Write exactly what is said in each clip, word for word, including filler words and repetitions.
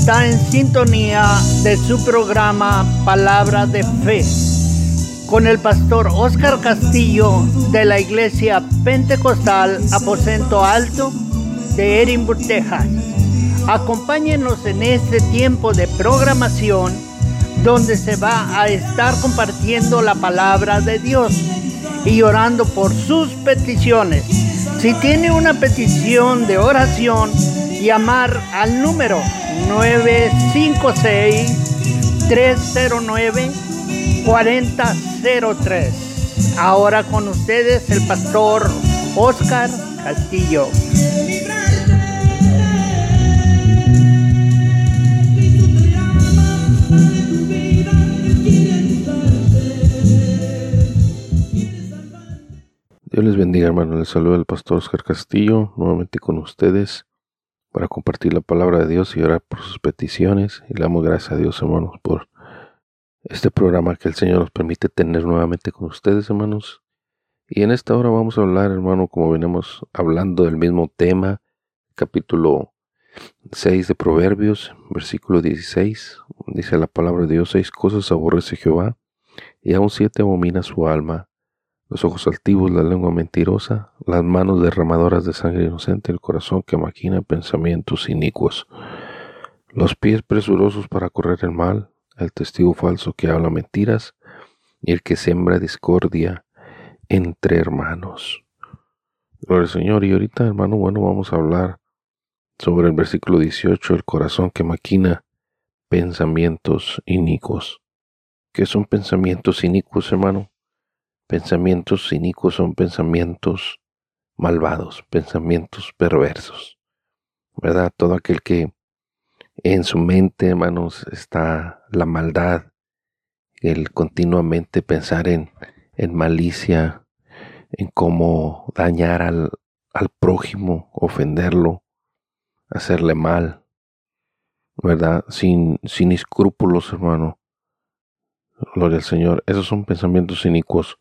está en sintonía de su programa Palabra de Fe con el pastor Oscar Castillo de la Iglesia Pentecostal Aposento Alto de Edinburgh, Texas. Acompáñenos en este tiempo de programación donde se va a estar compartiendo la palabra de Dios y orando por sus peticiones. Si tiene una petición de oración, llamar al número nueve cinco seis, tres cero nueve, cuatro cero cero tres. Ahora con ustedes el pastor Oscar Castillo. Dios les bendiga, hermanos. Les saluda el pastor Oscar Castillo, nuevamente con ustedes para compartir la palabra de Dios y orar por sus peticiones. Y le damos gracias a Dios, hermanos, por este programa que el Señor nos permite tener nuevamente con ustedes, hermanos. Y en esta hora vamos a hablar, hermano, como venimos hablando del mismo tema, capítulo seis de Proverbios, versículo dieciséis. Dice la palabra de Dios: seis cosas aborrece Jehová, y aún siete abomina su alma: los ojos altivos, la lengua mentirosa, las manos derramadoras de sangre inocente, el corazón que maquina pensamientos inicuos, los pies presurosos para correr el mal, el testigo falso que habla mentiras, y el que siembra discordia entre hermanos. Gloria al Señor. Y ahorita, hermano, bueno, vamos a hablar sobre el versículo dieciocho, el corazón que maquina pensamientos inicuos. ¿Qué son pensamientos inicuos, hermano? Pensamientos inicuos son pensamientos malvados, pensamientos perversos, ¿verdad? Todo aquel que en su mente, hermanos, está la maldad, el continuamente pensar en, en malicia, en cómo dañar al, al prójimo, ofenderlo, hacerle mal, ¿verdad? Sin, sin escrúpulos, hermano. Gloria al Señor. Esos son pensamientos inicuos.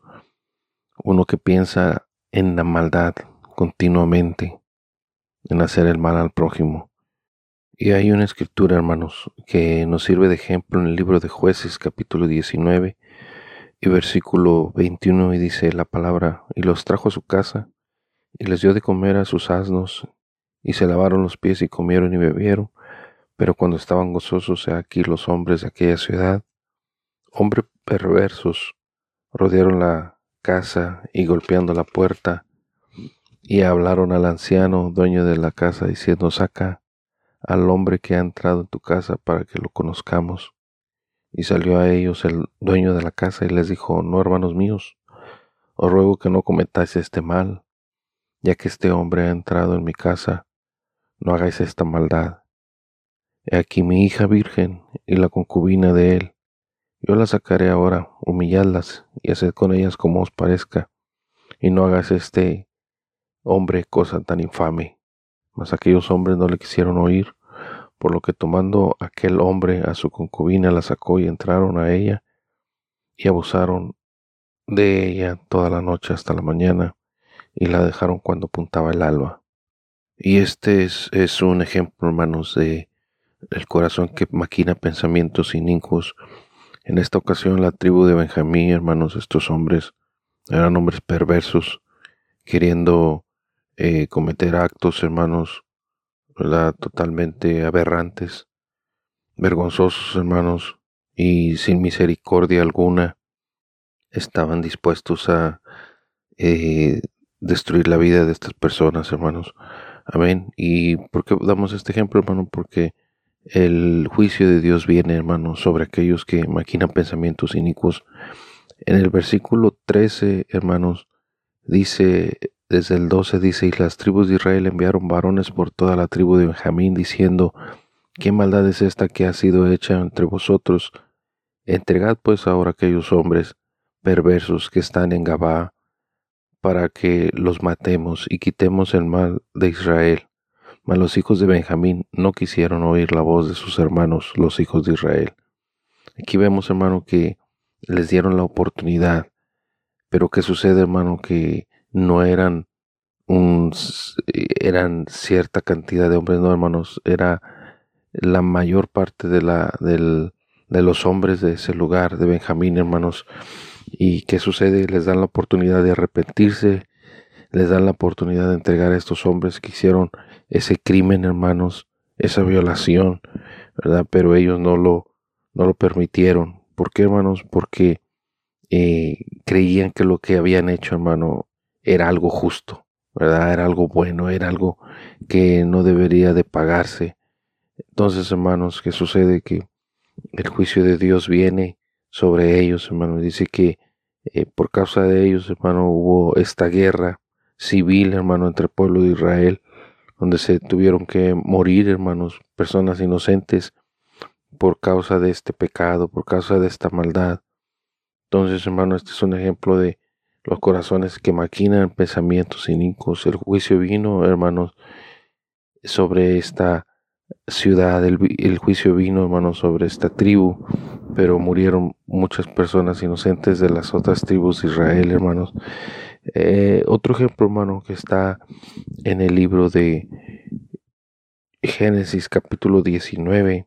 Uno que piensa en la maldad continuamente, en hacer el mal al prójimo. Y hay una escritura, hermanos, que nos sirve de ejemplo en el libro de Jueces, capítulo diecinueve y versículo veintiuno, y dice la palabra: y los trajo a su casa, y les dio de comer a sus asnos, y se lavaron los pies y comieron y bebieron. Pero cuando estaban gozosos, he aquí los hombres de aquella ciudad, hombres perversos, rodearon la casa y golpeando la puerta, y hablaron al anciano dueño de la casa diciendo: saca al hombre que ha entrado en tu casa para que lo conozcamos. Y salió a ellos el dueño de la casa y les dijo: no, hermanos míos, os ruego que no cometáis este mal, ya que este hombre ha entrado en mi casa, no hagáis esta maldad. He aquí mi hija virgen y la concubina de él, yo las sacaré ahora, humilladlas y haced con ellas como os parezca, y no hagas este hombre cosa tan infame. Mas aquellos hombres no le quisieron oír, por lo que tomando aquel hombre a su concubina la sacó y entraron a ella y abusaron de ella toda la noche hasta la mañana, y la dejaron cuando apuntaba el alba. Y este es, es un ejemplo, hermanos, de el corazón que maquina pensamientos inicuos. En esta ocasión la tribu de Benjamín, hermanos, estos hombres eran hombres perversos, queriendo eh, cometer actos, hermanos, ¿verdad?, totalmente aberrantes, vergonzosos, hermanos, y sin misericordia alguna estaban dispuestos a eh, destruir la vida de estas personas, hermanos. Amén. ¿Y por qué damos este ejemplo, hermano? Porque el juicio de Dios viene, hermanos, sobre aquellos que maquinan pensamientos inicuos. En el versículo trece, hermanos, dice, desde el doce dice: y las tribus de Israel enviaron varones por toda la tribu de Benjamín, diciendo: ¿qué maldad es esta que ha sido hecha entre vosotros? Entregad pues ahora a aquellos hombres perversos que están en Gabaa, para que los matemos y quitemos el mal de Israel. Mas los hijos de Benjamín no quisieron oír la voz de sus hermanos, los hijos de Israel. Aquí vemos, hermano, que les dieron la oportunidad, pero ¿qué sucede, hermano? Que no eran un, eran cierta cantidad de hombres, no, hermanos, era la mayor parte de, la, del, de los hombres de ese lugar, de Benjamín, hermanos. ¿Y qué sucede? Les dan la oportunidad de arrepentirse, les dan la oportunidad de entregar a estos hombres que hicieron ese crimen, hermanos, esa violación, ¿verdad? Pero ellos no lo, no lo permitieron. ¿Por qué, hermanos? Porque eh, creían que lo que habían hecho, hermano, era algo justo, ¿verdad? Era algo bueno, era algo que no debería de pagarse. Entonces, hermanos, ¿qué sucede? Que el juicio de Dios viene sobre ellos, hermano. Dice que eh, por causa de ellos, hermano, hubo esta guerra civil, hermano, entre el pueblo de Israel, donde se tuvieron que morir, hermanos, personas inocentes por causa de este pecado, por causa de esta maldad. Entonces, hermano, este es un ejemplo de los corazones que maquinan pensamientos inicuos. El juicio vino, hermanos, sobre esta ciudad, el, el juicio vino, hermanos, sobre esta tribu, pero murieron muchas personas inocentes de las otras tribus de Israel, hermanos. Eh, otro ejemplo, hermano, que está en el libro de Génesis capítulo diecinueve,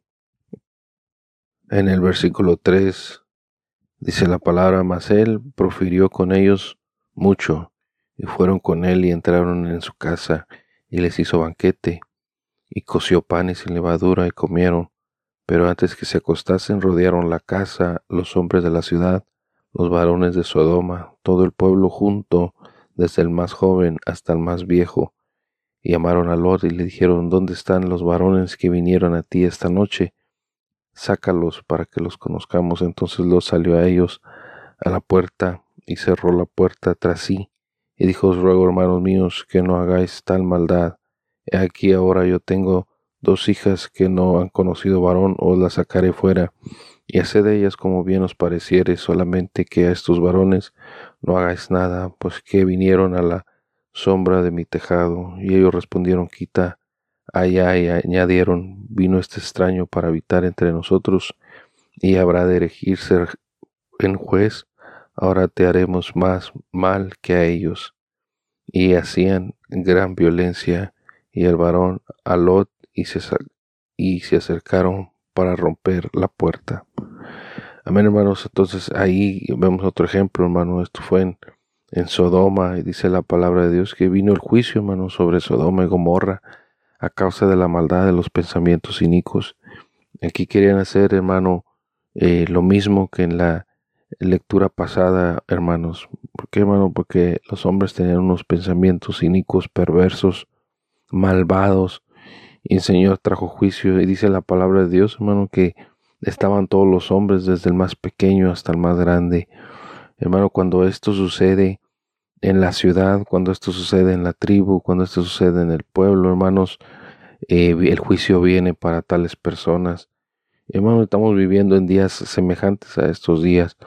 en el versículo tres, dice la palabra: mas él profirió con ellos mucho, y fueron con él y entraron en su casa, y les hizo banquete, y coció panes sin levadura, y comieron. Pero antes que se acostasen, rodearon la casa los hombres de la ciudad, los varones de Sodoma, todo el pueblo junto, desde el más joven hasta el más viejo. Y llamaron a Lot y le dijeron: ¿dónde están los varones que vinieron a ti esta noche? Sácalos para que los conozcamos. Entonces Lot salió a ellos a la puerta y cerró la puerta tras sí. Y dijo: os ruego, hermanos míos, que no hagáis tal maldad. He aquí ahora yo tengo dos hijas que no han conocido varón, os las sacaré fuera, y haced de ellas como bien os pareciere, solamente que a estos varones no hagáis nada, pues que vinieron a la sombra de mi tejado. Y ellos respondieron: quita allá. Y añadieron: vino este extraño para habitar entre nosotros, y habrá de erigirse en juez. Ahora te haremos más mal que a ellos. Y hacían gran violencia, y el varón a Lot, y se, y se acercaron para romper la puerta. Amén, hermanos. Entonces ahí vemos otro ejemplo, hermano. Esto fue en, en Sodoma, y dice la palabra de Dios que vino el juicio, hermano, sobre Sodoma y Gomorra a causa de la maldad de los pensamientos inicuos. Aquí querían hacer, hermano, eh, lo mismo que en la lectura pasada, hermanos. ¿Por qué, hermano? Porque los hombres tenían unos pensamientos inicuos, perversos, malvados, y el Señor trajo juicio. Y dice la palabra de Dios, hermano, que estaban todos los hombres, desde el más pequeño hasta el más grande. Hermano, cuando esto sucede en la ciudad, cuando esto sucede en la tribu, cuando esto sucede en el pueblo, hermanos, eh, el juicio viene para tales personas. Hermano, estamos viviendo en días semejantes a estos días.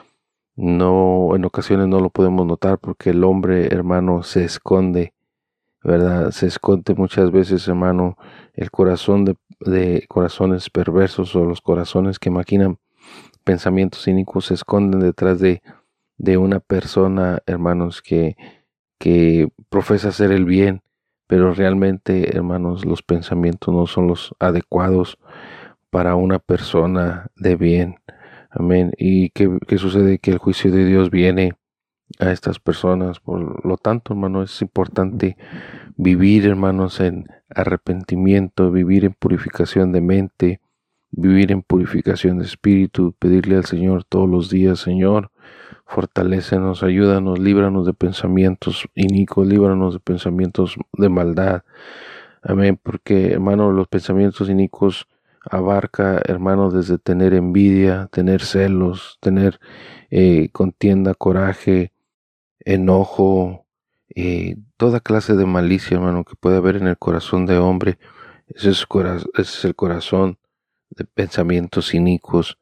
No, en ocasiones no lo podemos notar porque el hombre, hermano, se esconde, ¿verdad? Se esconde muchas veces, hermano, el corazón de, de corazones perversos, o los corazones que maquinan pensamientos cínicos se esconden detrás de, de una persona, hermanos, que, que profesa hacer el bien, pero realmente, hermanos, los pensamientos no son los adecuados para una persona de bien. Amén. ¿Y qué, qué sucede? Que el juicio de Dios viene a estas personas. Por lo tanto, hermano, es importante vivir, hermanos, en arrepentimiento, vivir en purificación de mente, vivir en purificación de espíritu, pedirle al Señor todos los días: Señor, fortalécenos, ayúdanos, líbranos de pensamientos inicuos, líbranos de pensamientos de maldad. Amén. Porque, hermano, los pensamientos inicuos abarca, hermano, desde tener envidia, tener celos, tener eh, contienda, coraje, enojo, eh, toda clase de malicia, hermano, que puede haber en el corazón de hombre. Ese es, ese es el corazón de pensamientos inicuos.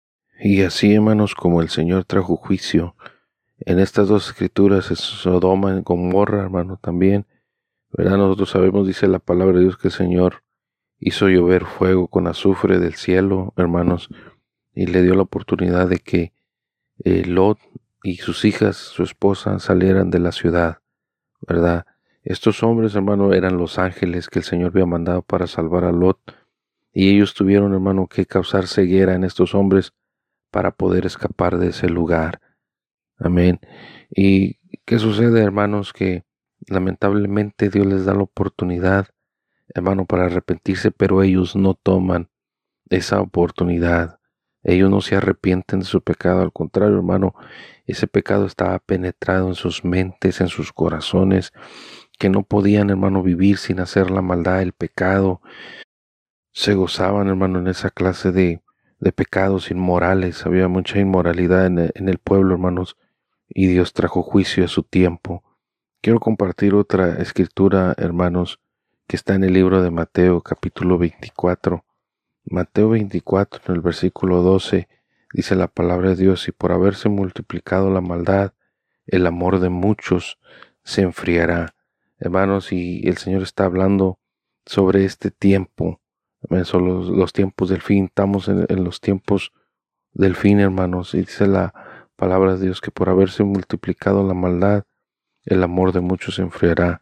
Y así, hermanos, como el Señor trajo juicio en estas dos escrituras, en Sodoma y Gomorra, hermano, también, ¿verdad? Nosotros sabemos, dice la palabra de Dios, que el Señor hizo llover fuego con azufre del cielo, hermanos, y le dio la oportunidad de que eh, Lot y sus hijas, su esposa, salieran de la ciudad, ¿verdad? Estos hombres, hermano, eran los ángeles que el Señor había mandado para salvar a Lot, Y ellos tuvieron, hermano, que causar ceguera en estos hombres para poder escapar de ese lugar. Amén. ¿Y qué sucede, hermanos? Que lamentablemente Dios les da la oportunidad, hermano, para arrepentirse, pero ellos no toman esa oportunidad. Ellos no se arrepienten de su pecado, al contrario, hermano, ese pecado estaba penetrado en sus mentes, en sus corazones, que no podían, hermano, vivir sin hacer la maldad, el pecado. Se gozaban, hermano, en esa clase de, de pecados inmorales. Había mucha inmoralidad en el, en el pueblo, hermanos, y Dios trajo juicio a su tiempo. Quiero compartir otra escritura, hermanos, que está en el libro de Mateo, capítulo veinticuatro. Mateo veinticuatro, en el versículo doce, dice la palabra de Dios: y por haberse multiplicado la maldad, el amor de muchos se enfriará. Hermanos, y el Señor está hablando sobre este tiempo. Son los, los tiempos del fin. Estamos en, en los tiempos del fin, hermanos. Y dice la palabra de Dios que por haberse multiplicado la maldad, el amor de muchos se enfriará.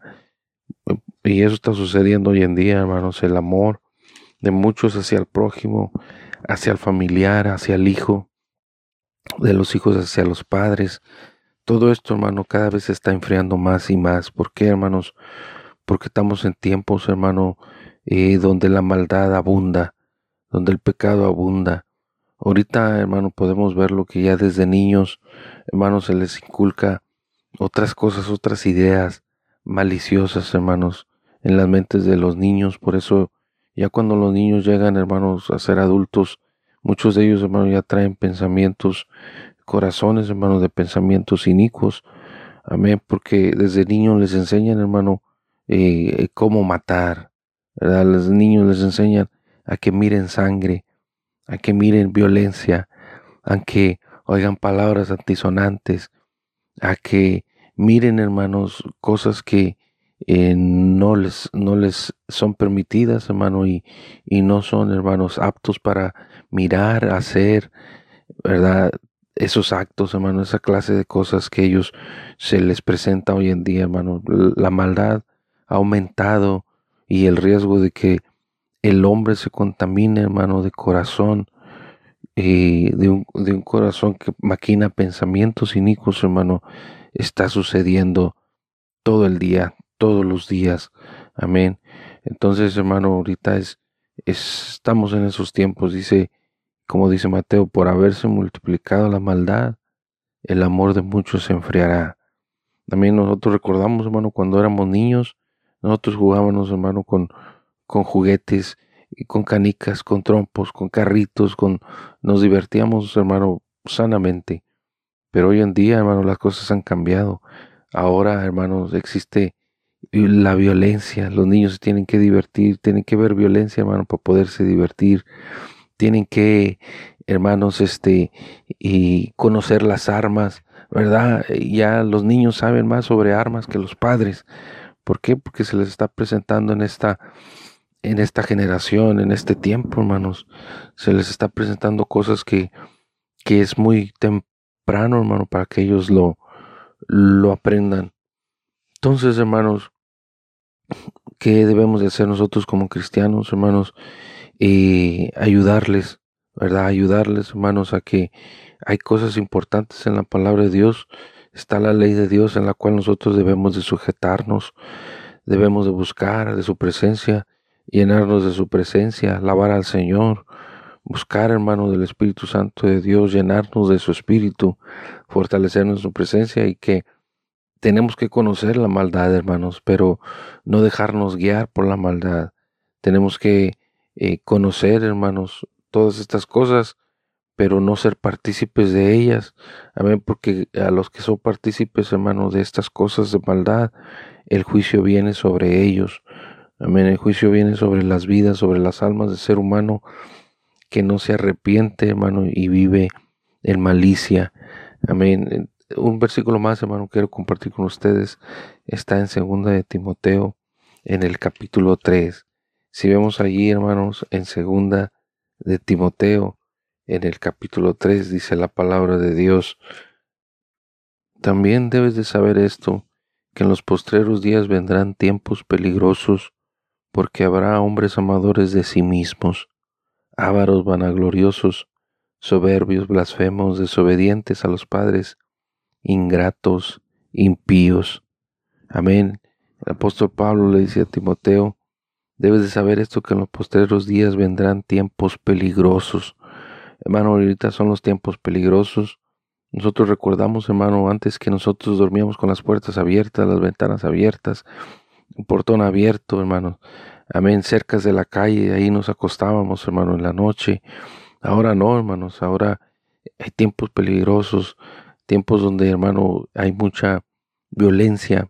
Y eso está sucediendo hoy en día, hermanos. El amor de muchos hacia el prójimo, hacia el familiar, hacia el hijo, de los hijos hacia los padres. Todo esto, hermano, cada vez se está enfriando más y más. ¿Por qué, hermanos? Porque estamos en tiempos, hermano, eh, donde la maldad abunda, donde el pecado abunda. Ahorita, hermano, podemos ver lo que ya desde niños, hermanos, se les inculca otras cosas, otras ideas maliciosas, hermanos, en las mentes de los niños. Por eso, ya cuando los niños llegan, hermanos, a ser adultos, muchos de ellos, hermanos, ya traen pensamientos, corazones, hermanos, de pensamientos inicuos. Amén, porque desde niños les enseñan, hermano, eh, cómo matar, ¿verdad? Los niños les enseñan a que miren sangre, a que miren violencia, a que oigan palabras antisonantes, a que miren, hermanos, cosas que eh, no les no les son permitidas, hermano, y, y no son, hermanos, aptos para mirar, hacer, ¿verdad? Esos actos, hermano, esa clase de cosas que ellos se les presenta hoy en día, hermano. La maldad ha aumentado y el riesgo de que el hombre se contamine, hermano, de corazón, y de un, de un corazón que maquina pensamientos inicuos, hermano, está sucediendo todo el día, todos los días. Amén. Entonces, hermano, ahorita es, es estamos en esos tiempos, dice, como dice Mateo, por haberse multiplicado la maldad, el amor de muchos se enfriará. También nosotros recordamos, hermano, cuando éramos niños, nosotros jugábamos, hermano, con, con juguetes, y con canicas, con trompos, con carritos, con nos divertíamos, hermano, sanamente. Pero hoy en día, hermano, las cosas han cambiado. Ahora, hermanos, existe la violencia. Los niños se tienen que divertir, tienen que ver violencia, hermano, para poderse divertir. Tienen que, hermanos, este, y conocer las armas, ¿verdad? Ya los niños saben más sobre armas que los padres. ¿Por qué? Porque se les está presentando en esta, en esta generación, en este tiempo, hermanos. Se les está presentando cosas que, que es muy temprano, hermano, para que ellos lo, lo aprendan. Entonces, hermanos, ¿qué debemos de hacer nosotros como cristianos, hermanos? Y ayudarles, ¿verdad? Ayudarles, hermanos, a que hay cosas importantes en la palabra de Dios. Está la ley de Dios en la cual nosotros debemos de sujetarnos, debemos de buscar de su presencia, llenarnos de su presencia, alabar al Señor, buscar, hermano, del Espíritu Santo de Dios, llenarnos de su Espíritu, fortalecernos en su presencia, y que tenemos que conocer la maldad, hermanos, pero no dejarnos guiar por la maldad. Tenemos que Eh, conocer, hermanos, todas estas cosas, pero no ser partícipes de ellas. Amén, porque a los que son partícipes, hermanos, de estas cosas de maldad, el juicio viene sobre ellos. Amén, el juicio viene sobre las vidas, sobre las almas del ser humano que no se arrepiente, hermano, y vive en malicia. Amén. Un versículo más, hermano, quiero compartir con ustedes. Está en segunda de Timoteo, en el capítulo tres. Si vemos allí, hermanos, en segunda de Timoteo, en el capítulo tres, dice la palabra de Dios: también debes de saber esto, que en los postreros días vendrán tiempos peligrosos, porque habrá hombres amadores de sí mismos, ávaros, vanagloriosos, soberbios, blasfemos, desobedientes a los padres, ingratos, impíos. Amén. El apóstol Pablo le dice a Timoteo, debes de saber esto, que en los postreros días vendrán tiempos peligrosos. Hermano, ahorita son los tiempos peligrosos. Nosotros recordamos, hermano, antes que nosotros dormíamos con las puertas abiertas, las ventanas abiertas, un portón abierto, hermano. Amén, cerca de la calle, ahí nos acostábamos, hermano, en la noche. Ahora no, hermanos, ahora hay tiempos peligrosos, tiempos donde, hermano, hay mucha violencia,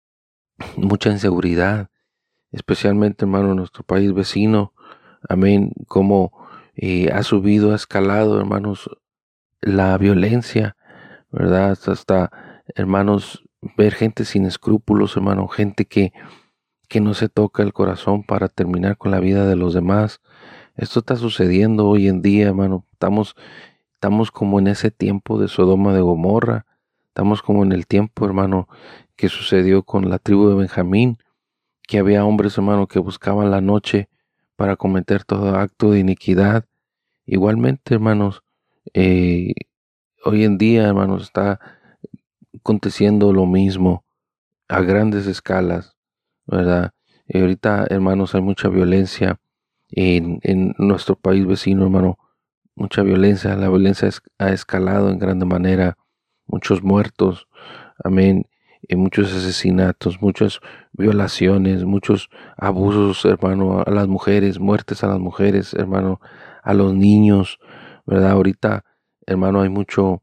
mucha inseguridad, especialmente, hermano, en nuestro país vecino. Amén, como eh, ha subido, ha escalado, hermanos, la violencia, ¿verdad? Hasta, hasta, hermanos, ver gente sin escrúpulos, hermano, gente que, que no se toca el corazón para terminar con la vida de los demás. Esto está sucediendo hoy en día, hermano. Estamos, estamos como en ese tiempo de Sodoma de Gomorra. Estamos como en el tiempo, hermano, que sucedió con la tribu de Benjamín, que había hombres, hermano, que buscaban la noche para cometer todo acto de iniquidad. Igualmente, hermanos, eh, hoy en día, hermanos, está aconteciendo lo mismo a grandes escalas, ¿verdad? Y ahorita, hermanos, hay mucha violencia en, en nuestro país vecino, hermano. Mucha violencia, la violencia es, ha escalado en grande manera, muchos muertos, amén, y muchos asesinatos, muchas violaciones, muchos abusos, hermano, a las mujeres, muertes a las mujeres, hermano, a los niños, ¿verdad? Ahorita, hermano, hay mucho,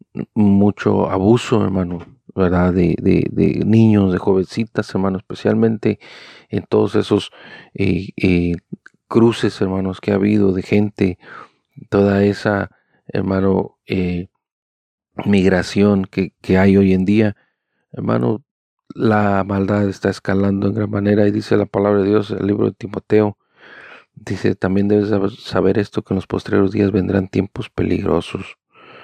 mucho abuso, hermano, ¿verdad? De, de, de niños, de jovencitas, hermano, especialmente en todos esos eh, eh, cruces, hermanos, que ha habido de gente, toda esa, hermano, eh, migración que, que hay hoy en día, hermano, la maldad está escalando en gran manera, y dice la palabra de Dios, el libro de Timoteo, dice, también debes saber esto, que en los postreros días vendrán tiempos peligrosos,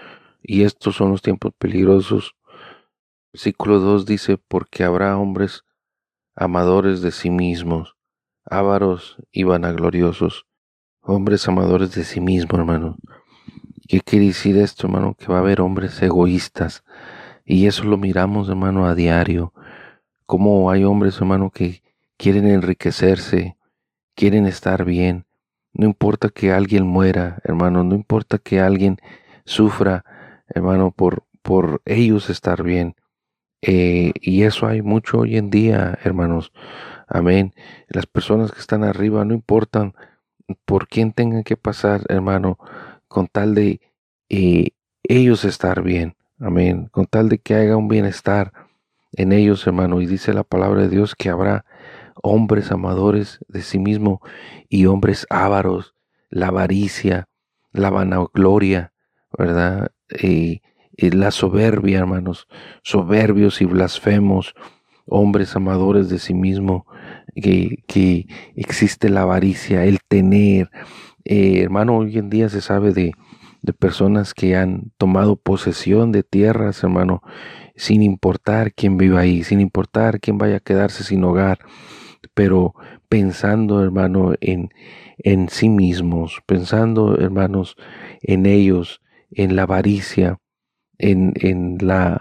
y estos son los tiempos peligrosos. Versículo dos dice, porque habrá hombres amadores de sí mismos, ávaros y vanagloriosos, hombres amadores de sí mismos, hermano. ¿Qué quiere decir esto, hermano? Que va a haber hombres egoístas. Y eso lo miramos, hermano, a diario. Como hay hombres, hermano, que quieren enriquecerse, quieren estar bien. No importa que alguien muera, hermano. No importa que alguien sufra, hermano, por, por ellos estar bien. Eh, y eso hay mucho hoy en día, hermanos. Amén. Las personas que están arriba no importan por quién tengan que pasar, hermano, con tal de eh, ellos estar bien, amén, con tal de que haya un bienestar en ellos, hermano. Y dice la palabra de Dios que habrá hombres amadores de sí mismo y hombres ávaros, la avaricia, la vanagloria, ¿verdad? Y, y la soberbia, hermanos, soberbios y blasfemos, hombres amadores de sí mismo, que, que existe la avaricia, el tener. Eh, hermano, hoy en día se sabe de, de personas que han tomado posesión de tierras, hermano, sin importar quién viva ahí, sin importar quién vaya a quedarse sin hogar, pero pensando, hermano, en, en sí mismos, pensando, hermanos, en ellos, en la avaricia, en, en la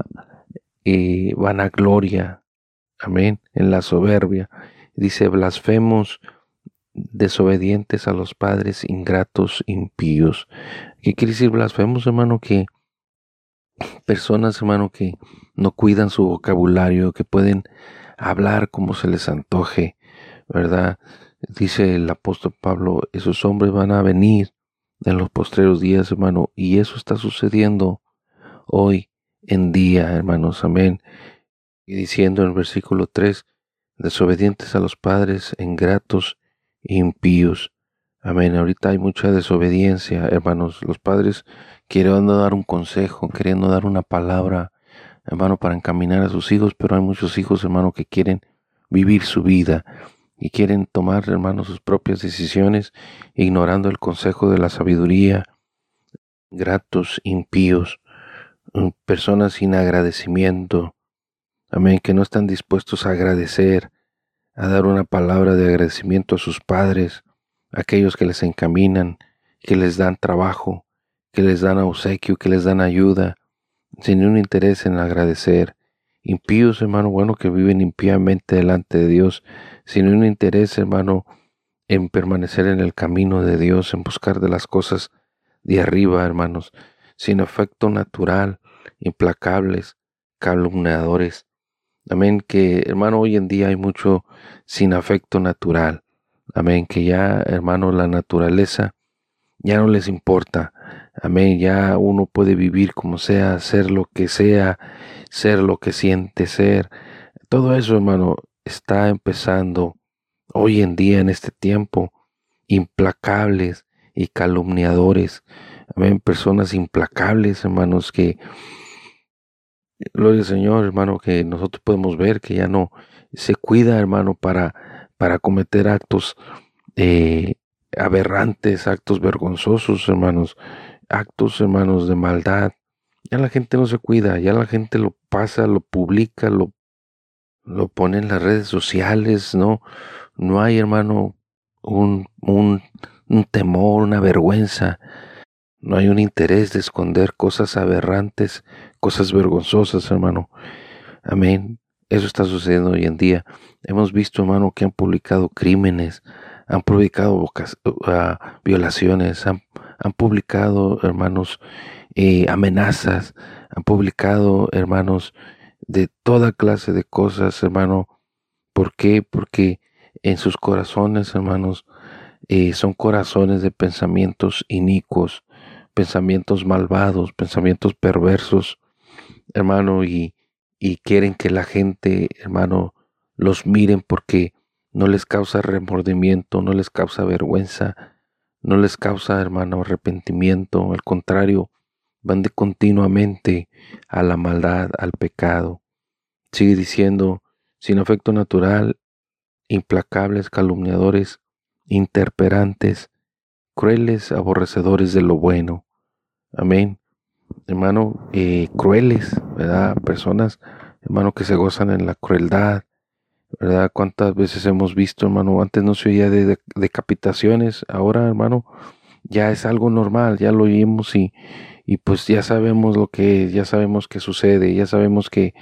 eh, vanagloria, amén, en la soberbia. Dice, blasfemos, desobedientes a los padres, ingratos, impíos. ¿Qué quiere decir blasfemos, hermano? Que personas, hermano, que no cuidan su vocabulario, que pueden hablar como se les antoje, ¿verdad? Dice el apóstol Pablo, esos hombres van a venir en los postreros días, hermano, y eso está sucediendo hoy en día, hermanos, amén. Y diciendo en el versículo tres, desobedientes a los padres, ingratos, impíos. Amén. Ahorita hay mucha desobediencia, hermanos. Los padres queriendo dar un consejo, queriendo dar una palabra, hermano, para encaminar a sus hijos, pero hay muchos hijos, hermano, que quieren vivir su vida y quieren tomar, hermano, sus propias decisiones, ignorando el consejo de la sabiduría. Gratos, impíos, personas sin agradecimiento. Amén. Que no están dispuestos a agradecer, a dar una palabra de agradecimiento a sus padres, a aquellos que les encaminan, que les dan trabajo, que les dan obsequio, que les dan ayuda, sin un interés en agradecer. Impíos, hermano, bueno, que viven impíamente delante de Dios, sin un interés, hermano, en permanecer en el camino de Dios, en buscar de las cosas de arriba, hermanos, sin afecto natural, implacables, calumniadores. Amén, que hermano, hoy en día hay mucho sin afecto natural. Amén, que ya, hermano, la naturaleza ya no les importa. Amén, ya uno puede vivir como sea, ser lo que sea, ser lo que siente ser. Todo eso, hermano, está empezando hoy en día, en este tiempo, implacables y calumniadores. Amén, personas implacables, hermanos, que, gloria al Señor, hermano, que nosotros podemos ver que ya no se cuida, hermano, para, para cometer actos eh, aberrantes, actos vergonzosos, hermanos, actos, hermanos, de maldad. Ya la gente no se cuida, ya la gente lo pasa, lo publica, lo, lo pone en las redes sociales, ¿no? No hay, hermano, un, un, un temor, una vergüenza. No hay un interés de esconder cosas aberrantes, cosas vergonzosas, hermano. Amén. Eso está sucediendo hoy en día. Hemos visto, hermano, que han publicado crímenes, han publicado vocas, uh, violaciones, han, han publicado, hermanos, eh, amenazas, han publicado, hermanos, de toda clase de cosas, hermano. ¿Por qué? Porque en sus corazones, hermanos, eh, son corazones de pensamientos inicuos, pensamientos malvados, pensamientos perversos, hermano, y, y quieren que la gente, hermano, los miren porque no les causa remordimiento, no les causa vergüenza, no les causa, hermano, arrepentimiento. Al contrario, van de continuamente a la maldad, al pecado. Sigue diciendo, sin afecto natural, implacables, calumniadores, interperantes, crueles, aborrecedores de lo bueno. Amén. Hermano, eh, crueles, ¿verdad? Personas, hermano, que se gozan en la crueldad, ¿verdad? ¿Cuántas veces hemos visto, hermano? Antes no se oía de, de decapitaciones, ahora, hermano, ya es algo normal, ya lo oímos y, y pues ya sabemos lo que es, ya sabemos qué sucede, ya sabemos que,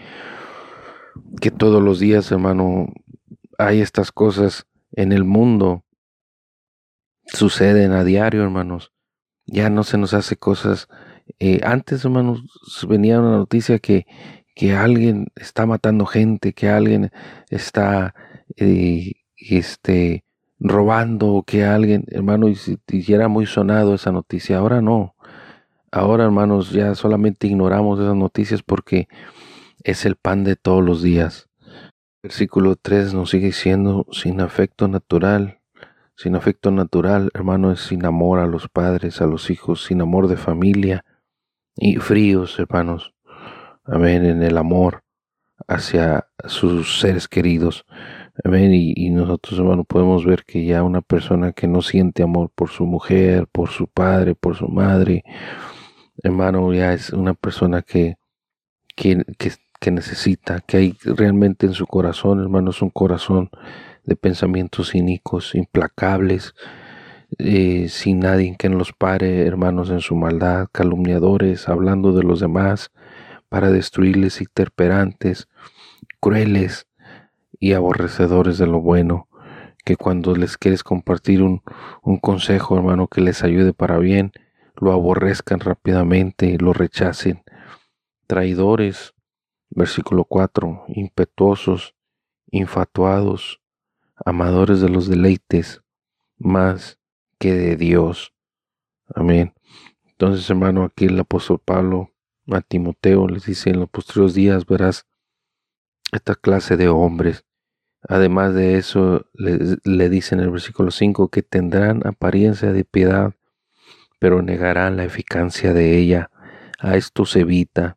que todos los días, hermano, hay estas cosas en el mundo, suceden a diario, hermanos. Ya no se nos hace cosas. Eh, antes, hermanos, venía una noticia que, que alguien está matando gente, que alguien está eh, este, robando, que alguien, hermano, y, si- y era muy sonado esa noticia. Ahora no. Ahora, hermanos, ya solamente ignoramos esas noticias porque es el pan de todos los días. Versículo tres nos sigue diciendo, sin afecto natural. Sin afecto natural, hermano, es sin amor a los padres, a los hijos, sin amor de familia y fríos, hermanos. Amén, en el amor hacia sus seres queridos. Amén, y, y nosotros, hermano, podemos ver que ya una persona que no siente amor por su mujer, por su padre, por su madre, hermano, ya es una persona que, que, que, que necesita, que hay realmente en su corazón, hermano, es un corazón de pensamientos cínicos, implacables, eh, sin nadie que los pare, hermanos, en su maldad, calumniadores, hablando de los demás para destruirles, interperantes, crueles y aborrecedores de lo bueno, que cuando les quieres compartir un, un consejo, hermano, que les ayude para bien, lo aborrezcan rápidamente, lo rechacen. Traidores, versículo cuatro, impetuosos, infatuados, amadores de los deleites, más que de Dios. Amén. Entonces, hermano, aquí el apóstol Pablo a Timoteo les dice, en los posteriores días verás esta clase de hombres. Además de eso, le, le dice en el versículo cinco que tendrán apariencia de piedad, pero negarán la eficacia de ella. A esto se evita.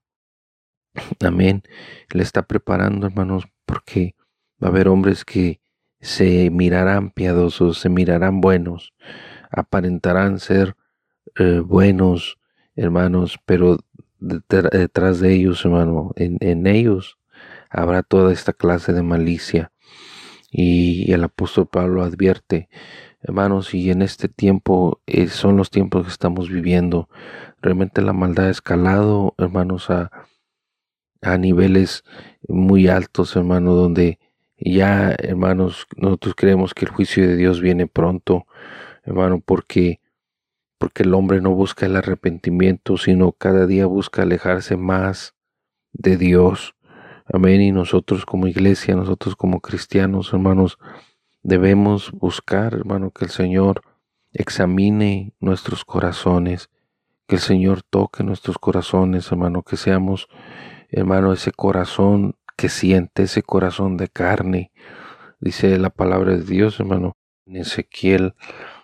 Amén. Le está preparando, hermanos, porque va a haber hombres que se mirarán piadosos, se mirarán buenos, aparentarán ser eh, buenos, hermanos, pero detrás de ellos, hermano, en, en ellos habrá toda esta clase de malicia. Y el apóstol Pablo advierte, hermanos, y en este tiempo eh, son los tiempos que estamos viviendo. Realmente la maldad ha escalado, hermanos, a, a niveles muy altos, hermano, donde ya, hermanos, nosotros creemos que el juicio de Dios viene pronto, hermano, porque porque el hombre no busca el arrepentimiento, sino cada día busca alejarse más de Dios. Amén. Y nosotros como iglesia, nosotros como cristianos, hermanos, debemos buscar, hermano, que el Señor examine nuestros corazones, que el Señor toque nuestros corazones, hermano, que seamos, hermano, ese corazón que siente, ese corazón de carne. Dice la palabra de Dios, hermano, en Ezequiel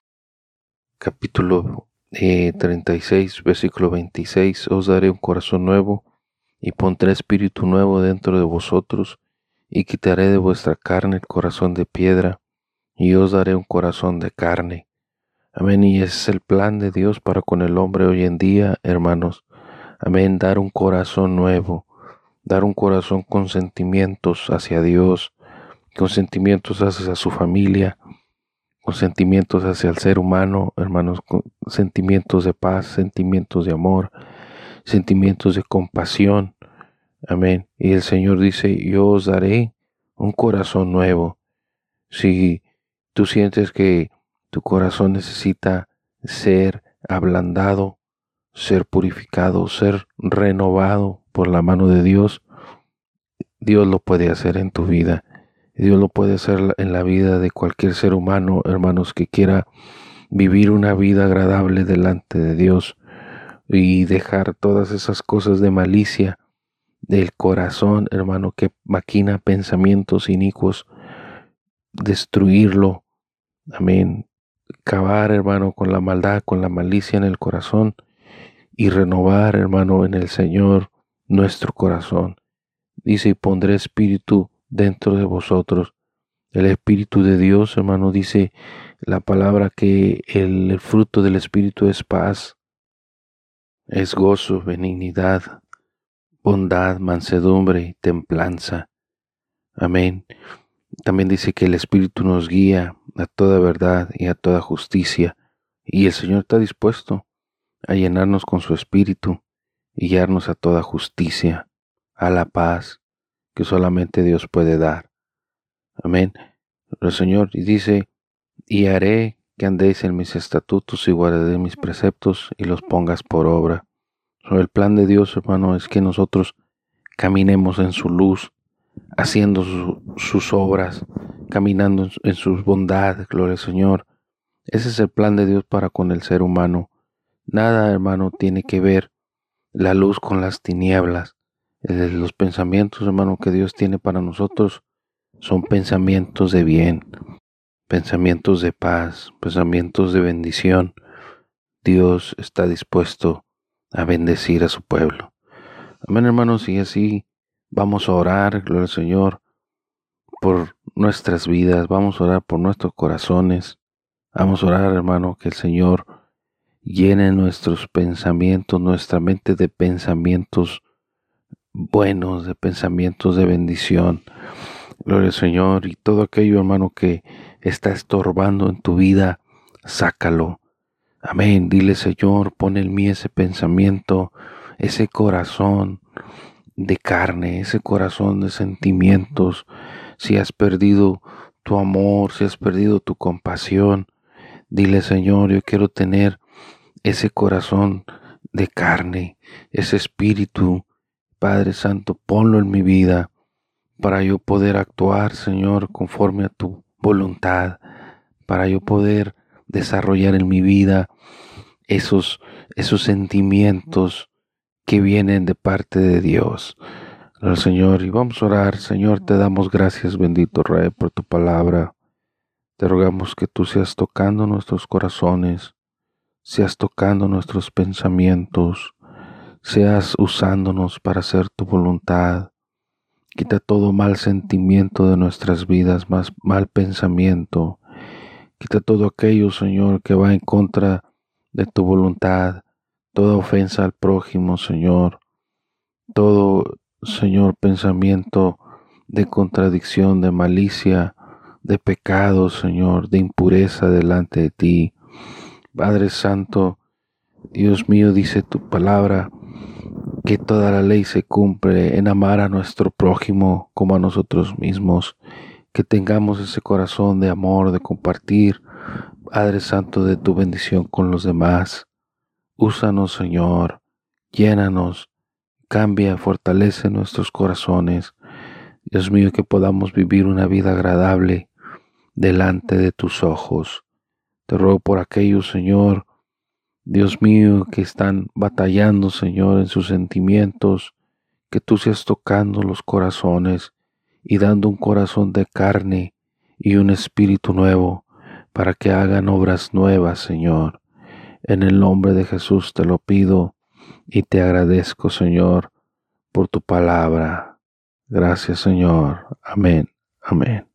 capítulo eh, treinta y seis, versículo veintiséis, os daré un corazón nuevo y pondré espíritu nuevo dentro de vosotros y quitaré de vuestra carne el corazón de piedra y os daré un corazón de carne. Amén. Y ese es el plan de Dios para con el hombre hoy en día, hermanos. Amén. Dar un corazón nuevo, dar un corazón con sentimientos hacia Dios, con sentimientos hacia su familia, con sentimientos hacia el ser humano, hermanos, con sentimientos de paz, sentimientos de amor, sentimientos de compasión. Amén. Y el Señor dice, yo os daré un corazón nuevo. Si tú sientes que tu corazón necesita ser ablandado, ser purificado, ser renovado por la mano de Dios, Dios lo puede hacer en tu vida. Dios lo puede hacer en la vida de cualquier ser humano, hermanos, que quiera vivir una vida agradable delante de Dios y dejar todas esas cosas de malicia del corazón, hermano, que maquina pensamientos inicuos, destruirlo. Amén. Cavar, hermano, con la maldad, con la malicia en el corazón y renovar, hermano, en el Señor nuestro corazón. Dice, y pondré espíritu dentro de vosotros. El Espíritu de Dios, hermano, dice la palabra que el, el fruto del Espíritu es paz, es gozo, benignidad, bondad, mansedumbre y templanza. Amén. También dice que el Espíritu nos guía a toda verdad y a toda justicia. Y el Señor está dispuesto a llenarnos con su Espíritu y guiarnos a toda justicia, a la paz que solamente Dios puede dar. Amén. El Señor dice, y haré que andéis en mis estatutos y guardaré mis preceptos y los pongas por obra. El plan de Dios, hermano, es que nosotros caminemos en su luz, haciendo su, sus obras, caminando en, en sus bondades, gloria al Señor. Ese es el plan de Dios para con el ser humano. Nada, hermano, tiene que ver la luz con las tinieblas. Eh, los pensamientos, hermano, que Dios tiene para nosotros son pensamientos de bien, pensamientos de paz, pensamientos de bendición. Dios está dispuesto a bendecir a su pueblo. Amén, hermanos, y así vamos a orar, gloria al Señor, por nuestras vidas, vamos a orar por nuestros corazones, vamos a orar, hermano, que el Señor llene nuestros pensamientos, nuestra mente de pensamientos buenos, de pensamientos de bendición. Gloria al Señor, y todo aquello, hermano, que está estorbando en tu vida, sácalo. Amén. Dile, Señor, pon en mí ese pensamiento, ese corazón de carne, ese corazón de sentimientos. Si has perdido tu amor, si has perdido tu compasión, dile, Señor, yo quiero tener ese corazón de carne, ese espíritu. Padre Santo, ponlo en mi vida para yo poder actuar, Señor, conforme a tu voluntad, para yo poder desarrollar en mi vida esos, esos sentimientos que vienen de parte de Dios. Al Señor, y vamos a orar. Señor, te damos gracias, bendito Rey, por tu palabra. Te rogamos que tú seas tocando nuestros corazones, seas tocando nuestros pensamientos, seas usándonos para hacer tu voluntad. Quita todo mal sentimiento de nuestras vidas, más mal pensamiento. Quita todo aquello, Señor, que va en contra de tu voluntad, toda ofensa al prójimo, Señor. Todo, Señor, pensamiento de contradicción, de malicia, de pecado, Señor, de impureza delante de ti. Padre Santo, Dios mío, dice tu palabra que toda la ley se cumple en amar a nuestro prójimo como a nosotros mismos, que tengamos ese corazón de amor, de compartir, Padre Santo, de tu bendición con los demás. Úsanos, Señor, llénanos, cambia, fortalece nuestros corazones. Dios mío, que podamos vivir una vida agradable delante de tus ojos. Te ruego por aquellos, Señor, Dios mío, que están batallando, Señor, en sus sentimientos, que tú seas tocando los corazones y dando un corazón de carne y un espíritu nuevo para que hagan obras nuevas, Señor. En el nombre de Jesús te lo pido y te agradezco, Señor, por tu palabra. Gracias, Señor. Amén. Amén.